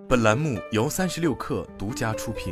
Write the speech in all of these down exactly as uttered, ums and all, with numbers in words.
本栏目由三十六氪独家出品。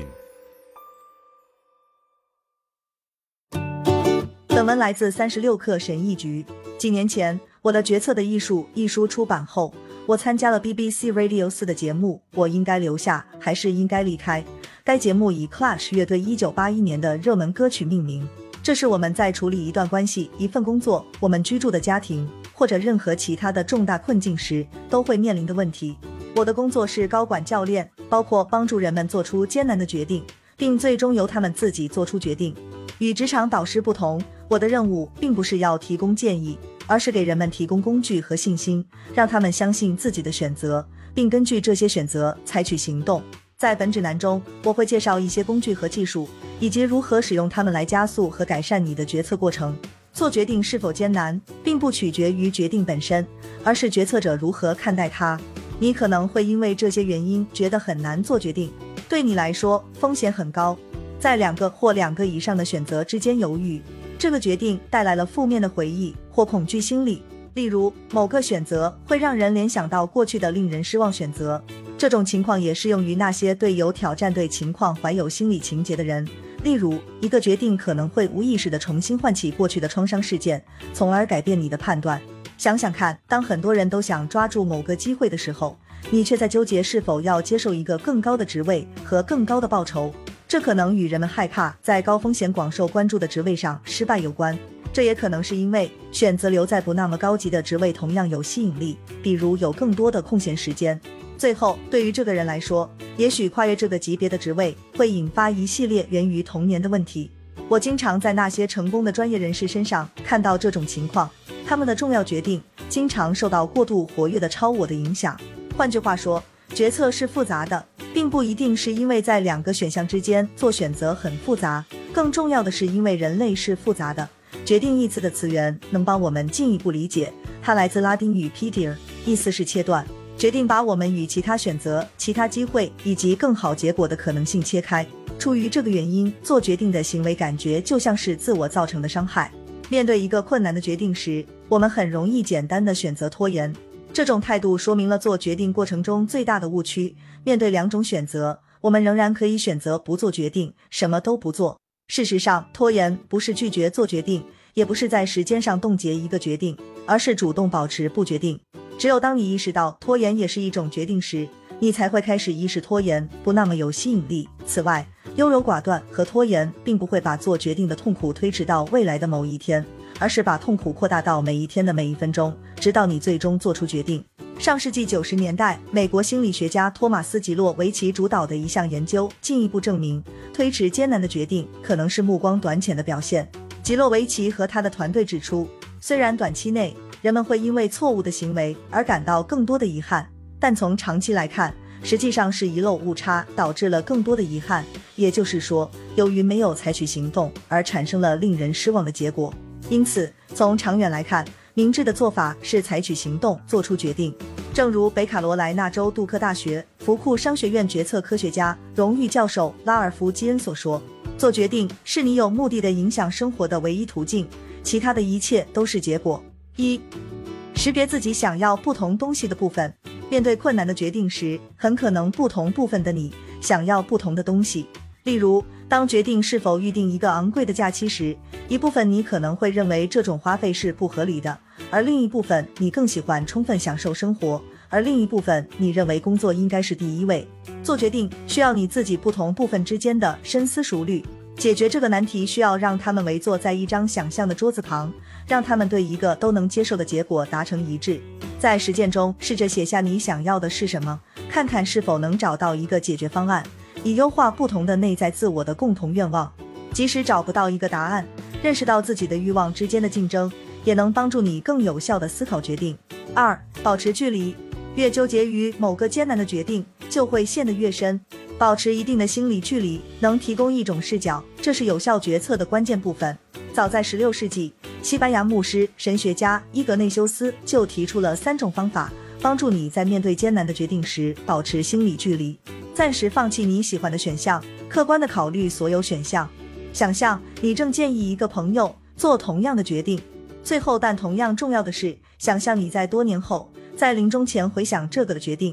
本文来自三十六氪神译局。几年前，《我的决策的艺术》一书出版后，我参加了 B B C Radio 四的节目《我应该留下还是应该离开》。该节目以 Clash 乐队一九八一年的热门歌曲命名。这是我们在处理一段关系、一份工作、我们居住的家庭，或者任何其他的重大困境时都会面临的问题。我的工作是高管教练，包括帮助人们做出艰难的决定，并最终由他们自己做出决定。与职场导师不同，我的任务并不是要提供建议，而是给人们提供工具和信心，让他们相信自己的选择，并根据这些选择采取行动。在本指南中，我会介绍一些工具和技术，以及如何使用它们来加速和改善你的决策过程。做决定是否艰难，并不取决于决定本身，而是决策者如何看待它。你可能会因为这些原因觉得很难做决定，对你来说风险很高，在两个或两个以上的选择之间犹豫，这个决定带来了负面的回忆或恐惧心理。例如，某个选择会让人联想到过去的令人失望选择，这种情况也适用于那些对有挑战对情况怀有心理情结的人。例如，一个决定可能会无意识地重新唤起过去的创伤事件，从而改变你的判断。想想看，当很多人都想抓住某个机会的时候，你却在纠结是否要接受一个更高的职位和更高的报酬，这可能与人们害怕在高风险广受关注的职位上失败有关。这也可能是因为选择留在不那么高级的职位同样有吸引力，比如有更多的空闲时间。最后，对于这个人来说，也许跨越这个级别的职位会引发一系列源于童年的问题。我经常在那些成功的专业人士身上看到这种情况，他们的重要决定经常受到过度活跃的超我的影响。换句话说，决策是复杂的，并不一定是因为在两个选项之间做选择很复杂，更重要的是因为人类是复杂的。决定一词的词源能帮我们进一步理解，它来自拉丁语 pedir， 意思是切断。决定把我们与其他选择、其他机会以及更好结果的可能性切开。出于这个原因，做决定的行为感觉就像是自我造成的伤害。面对一个困难的决定时，我们很容易简单的选择拖延。这种态度说明了做决定过程中最大的误区。面对两种选择，我们仍然可以选择不做决定，什么都不做。事实上，拖延不是拒绝做决定，也不是在时间上冻结一个决定，而是主动保持不决定。只有当你意识到拖延也是一种决定时，你才会开始意识拖延不那么有吸引力。此外，优柔寡断和拖延并不会把做决定的痛苦推迟到未来的某一天，而是把痛苦扩大到每一天的每一分钟，直到你最终做出决定。上世纪九十年代，美国心理学家托马斯·吉洛维奇主导的一项研究进一步证明，推迟艰难的决定可能是目光短浅的表现。吉洛维奇和他的团队指出，虽然短期内人们会因为错误的行为而感到更多的遗憾，但从长期来看，实际上是遗漏误差导致了更多的遗憾，也就是说，由于没有采取行动而产生了令人失望的结果。因此，从长远来看，明智的做法是采取行动，做出决定。正如北卡罗来纳州杜克大学福库商学院决策科学家、荣誉教授拉尔夫·基恩所说，做决定是你有目的的影响生活的唯一途径，其他的一切都是结果。一、识别自己想要不同东西的部分。面对困难的决定时，很可能不同部分的你想要不同的东西。例如，当决定是否预定一个昂贵的假期时，一部分你可能会认为这种花费是不合理的，而另一部分你更喜欢充分享受生活，而另一部分你认为工作应该是第一位。做决定需要你自己不同部分之间的深思熟虑。解决这个难题需要让他们围坐在一张想象的桌子旁，让他们对一个都能接受的结果达成一致。在实践中，试着写下你想要的是什么，看看是否能找到一个解决方案，以优化不同的内在自我的共同愿望。即使找不到一个答案，认识到自己的欲望之间的竞争，也能帮助你更有效地思考决定。二、保持距离。越纠结于某个艰难的决定，就会陷得越深。保持一定的心理距离能提供一种视角，这是有效决策的关键部分。早在十六世纪，西班牙牧师、神学家伊格内修斯就提出了三种方法，帮助你在面对艰难的决定时保持心理距离。暂时放弃你喜欢的选项，客观地考虑所有选项。想象你正建议一个朋友做同样的决定。最后但同样重要的是，想象你在多年后在临终前回想这个的决定。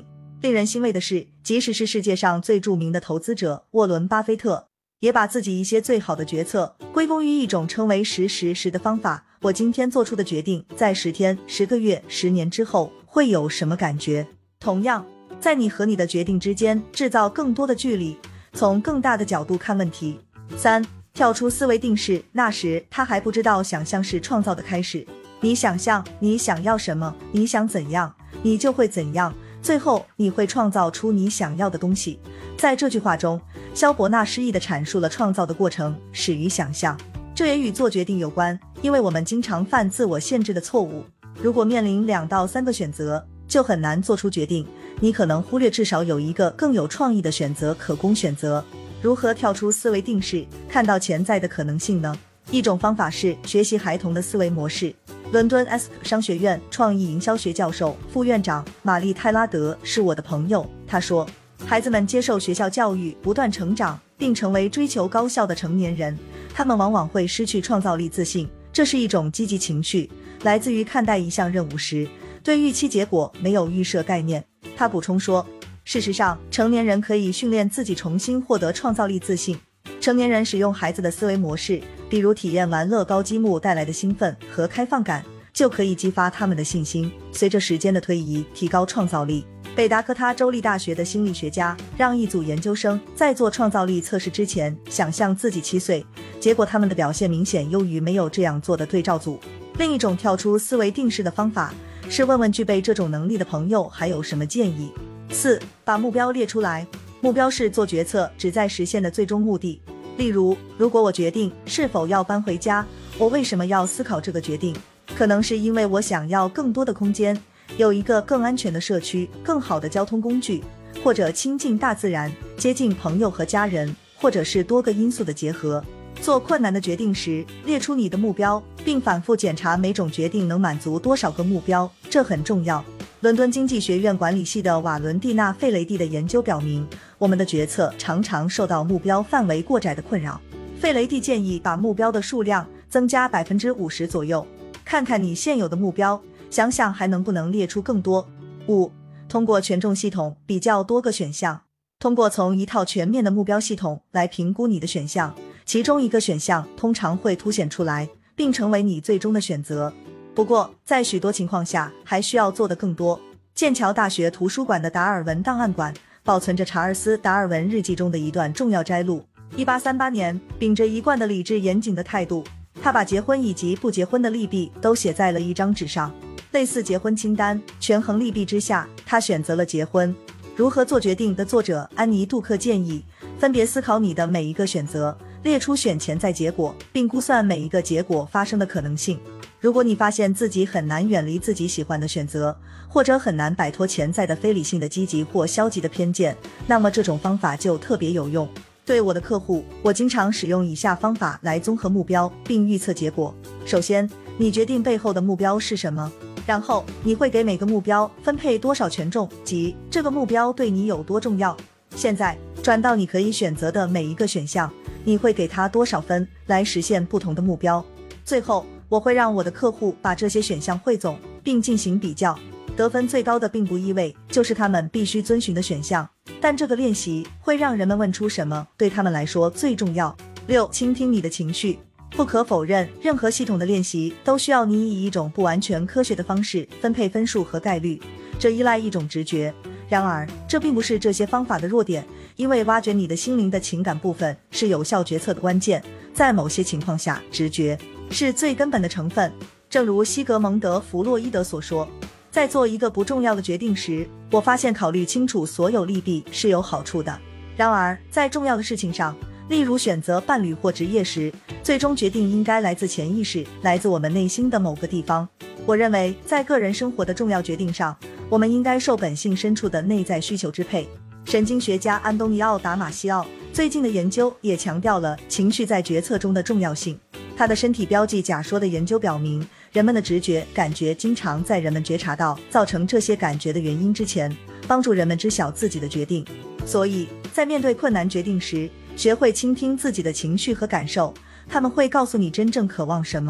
令人欣慰的是，即使是世界上最著名的投资者沃伦·巴菲特，也把自己一些最好的决策归功于一种称为十十十的方法。我今天做出的决定，在十天、十个月、十年之后会有什么感觉？同样，在你和你的决定之间制造更多的距离，从更大的角度看问题。三、跳出思维定式，那时他还不知道想象是创造的开始。你想象你想要什么，你想怎样，你就会怎样，最后你会创造出你想要的东西。在这句话中，萧伯纳诗意地阐述了创造的过程始于想象。这也与做决定有关，因为我们经常犯自我限制的错误。如果面临两到三个选择，就很难做出决定，你可能忽略至少有一个更有创意的选择可供选择。如何跳出思维定式，看到潜在的可能性呢？一种方法是学习孩童的思维模式。伦敦 S 商学院创意营销学教授、副院长玛丽泰拉德是我的朋友，他说，孩子们接受学校教育，不断成长，并成为追求高效的成年人，他们往往会失去创造力自信，这是一种积极情绪，来自于看待一项任务时对预期结果没有预设概念。他补充说，事实上，成年人可以训练自己重新获得创造力自信。成年人使用孩子的思维模式，比如体验玩乐高积木带来的兴奋和开放感，就可以激发他们的信心，随着时间的推移提高创造力。北达科他州立大学的心理学家让一组研究生在做创造力测试之前想象自己七岁，结果他们的表现明显优于没有这样做的对照组。另一种跳出思维定式的方法是问问具备这种能力的朋友还有什么建议。四、把目标列出来。目标是做决策旨在实现的最终目的。例如，如果我决定是否要搬回家，我为什么要思考这个决定？可能是因为我想要更多的空间，有一个更安全的社区，更好的交通工具，或者亲近大自然，接近朋友和家人，或者是多个因素的结合。做困难的决定时，列出你的目标，并反复检查每种决定能满足多少个目标，这很重要。伦敦经济学院管理系的瓦伦蒂娜·费雷蒂的研究表明，我们的决策常常受到目标范围过窄的困扰。费雷蒂建议把目标的数量增加 百分之五十 左右，看看你现有的目标，想想还能不能列出更多。五、通过权重系统比较多个选项。通过从一套全面的目标系统来评估你的选项，其中一个选项通常会凸显出来，并成为你最终的选择。不过，在许多情况下，还需要做得更多。剑桥大学图书馆的达尔文档案馆保存着查尔斯·达尔文日记中的一段重要摘录。一八三八年，秉着一贯的理智严谨的态度，他把结婚以及不结婚的利弊都写在了一张纸上。类似结婚清单，权衡利弊之下，他选择了结婚。如何做决定的作者安妮·杜克建议，分别思考你的每一个选择，列出选潜在结果，并估算每一个结果发生的可能性。如果你发现自己很难远离自己喜欢的选择，或者很难摆脱潜在的非理性的积极或消极的偏见，那么这种方法就特别有用。对我的客户，我经常使用以下方法来综合目标并预测结果。首先，你决定背后的目标是什么，然后你会给每个目标分配多少权重，即这个目标对你有多重要。现在转到你可以选择的每一个选项，你会给它多少分来实现不同的目标。最后，我会让我的客户把这些选项汇总并进行比较，得分最高的并不意味就是他们必须遵循的选项，但这个练习会让人们问出什么对他们来说最重要。六、倾听你的情绪。不可否认，任何系统的练习都需要你以一种不完全科学的方式分配分数和概率，这依赖一种直觉。然而，这并不是这些方法的弱点，因为挖掘你的心灵的情感部分是有效决策的关键。在某些情况下，直觉是最根本的成分。正如西格蒙德·弗洛伊德所说，在做一个不重要的决定时，我发现考虑清楚所有利弊是有好处的。然而，在重要的事情上，例如选择伴侣或职业时，最终决定应该来自潜意识，来自我们内心的某个地方。我认为，在个人生活的重要决定上，我们应该受本性深处的内在需求支配。神经学家安东尼奥·达马西奥最近的研究也强调了情绪在决策中的重要性。他的身体标记假说的研究表明，人们的直觉感觉经常在人们觉察到造成这些感觉的原因之前，帮助人们知晓自己的决定。所以，在面对困难决定时，学会倾听自己的情绪和感受，他们会告诉你真正渴望什么。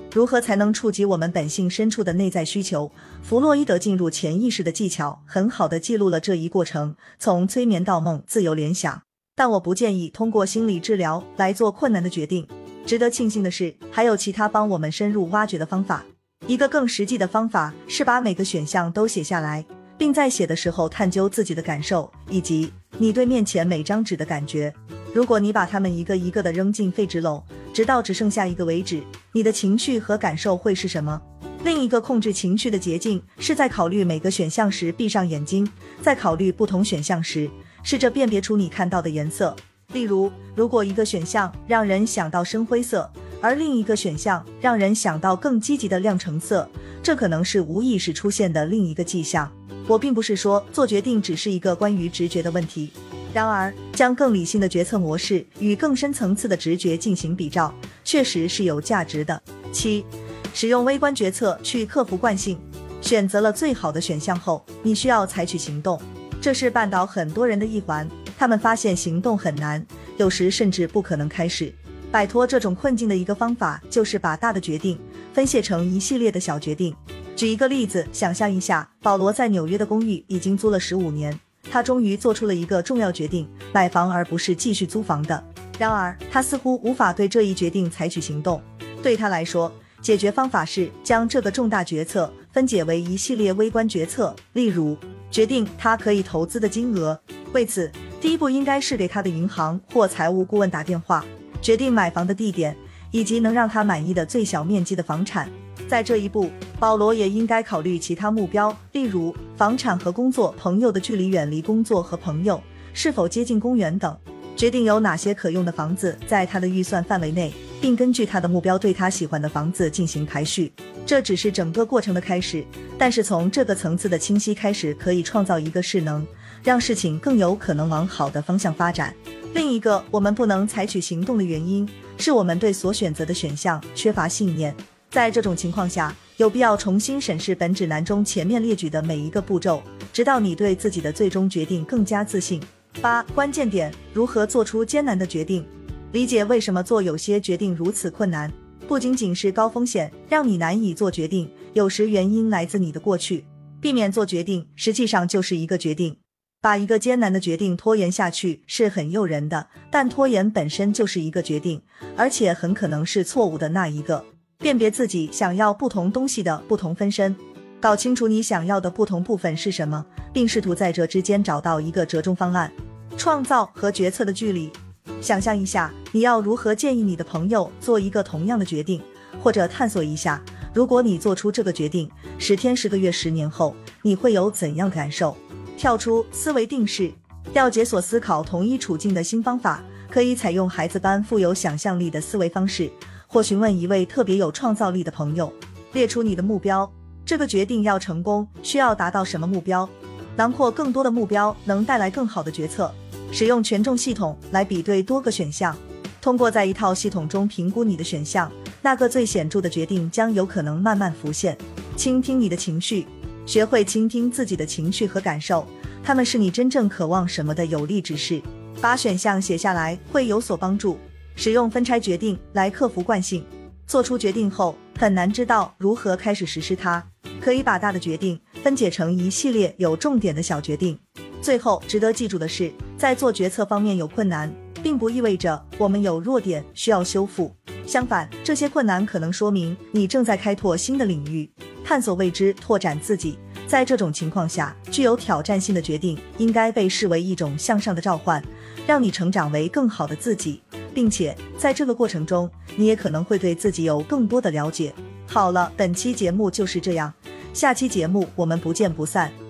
如何才能触及我们本性深处的内在需求？弗洛伊德进入潜意识的技巧很好地记录了这一过程，从催眠到梦、自由联想。但我不建议通过心理治疗来做困难的决定。值得庆幸的是，还有其他帮我们深入挖掘的方法。一个更实际的方法是把每个选项都写下来，并在写的时候探究自己的感受，以及你对面前每张纸的感觉。如果你把它们一个一个地扔进废纸篓，直到只剩下一个为止，你的情绪和感受会是什么？另一个控制情绪的捷径是在考虑每个选项时闭上眼睛，在考虑不同选项时，试着辨别出你看到的颜色。例如，如果一个选项让人想到深灰色，而另一个选项让人想到更积极的亮橙色，这可能是无意识出现的另一个迹象。我并不是说做决定只是一个关于直觉的问题，然而将更理性的决策模式与更深层次的直觉进行比照，确实是有价值的。七、使用微观决策去克服惯性。选择了最好的选项后，你需要采取行动，这是绊倒很多人的一环。他们发现行动很难，有时甚至不可能开始。摆脱这种困境的一个方法就是把大的决定分解成一系列的小决定。举一个例子，想象一下，保罗在纽约的公寓已经租了十五年，他终于做出了一个重要决定，买房而不是继续租房的。然而他似乎无法对这一决定采取行动。对他来说，解决方法是将这个重大决策分解为一系列微观决策，例如决定他可以投资的金额。为此，第一步应该是给他的银行或财务顾问打电话，决定买房的地点以及能让他满意的最小面积的房产。在这一步，保罗也应该考虑其他目标，例如房产和工作、朋友的距离、远离工作和朋友，是否接近公园等，决定有哪些可用的房子在他的预算范围内，并根据他的目标对他喜欢的房子进行排序。这只是整个过程的开始，但是从这个层次的清晰开始，可以创造一个势能，让事情更有可能往好的方向发展。另一个我们不能采取行动的原因，是我们对所选择的选项缺乏信念。在这种情况下，有必要重新审视本指南中前面列举的每一个步骤，直到你对自己的最终决定更加自信。八、关键点：如何做出艰难的决定。理解为什么做有些决定如此困难。不仅仅是高风险让你难以做决定，有时原因来自你的过去。避免做决定实际上就是一个决定。把一个艰难的决定拖延下去是很诱人的，但拖延本身就是一个决定，而且很可能是错误的那一个。辨别自己想要不同东西的不同分身，搞清楚你想要的不同部分是什么，并试图在这之间找到一个折中方案。创造和决策的距离。想象一下，你要如何建议你的朋友做一个同样的决定，或者探索一下，如果你做出这个决定，十天、十个月、十年后，你会有怎样感受？跳出思维定式，要解锁思考同一处境的新方法，可以采用孩子般富有想象力的思维方式，或询问一位特别有创造力的朋友。列出你的目标，这个决定要成功，需要达到什么目标？囊括更多的目标能带来更好的决策。使用权重系统来比对多个选项，通过在一套系统中评估你的选项，那个最显著的决定将有可能慢慢浮现。倾听你的情绪，学会倾听自己的情绪和感受，它们是你真正渴望什么的有力指示。把选项写下来会有所帮助。使用分拆决定来克服惯性。做出决定后，很难知道如何开始实施它，可以把大的决定分解成一系列有重点的小决定。最后，值得记住的是，在做决策方面有困难，并不意味着我们有弱点需要修复。相反，这些困难可能说明你正在开拓新的领域，探索未知，拓展自己。在这种情况下，具有挑战性的决定应该被视为一种向上的召唤，让你成长为更好的自己，并且在这个过程中，你也可能会对自己有更多的了解。好了，本期节目就是这样，下期节目我们不见不散。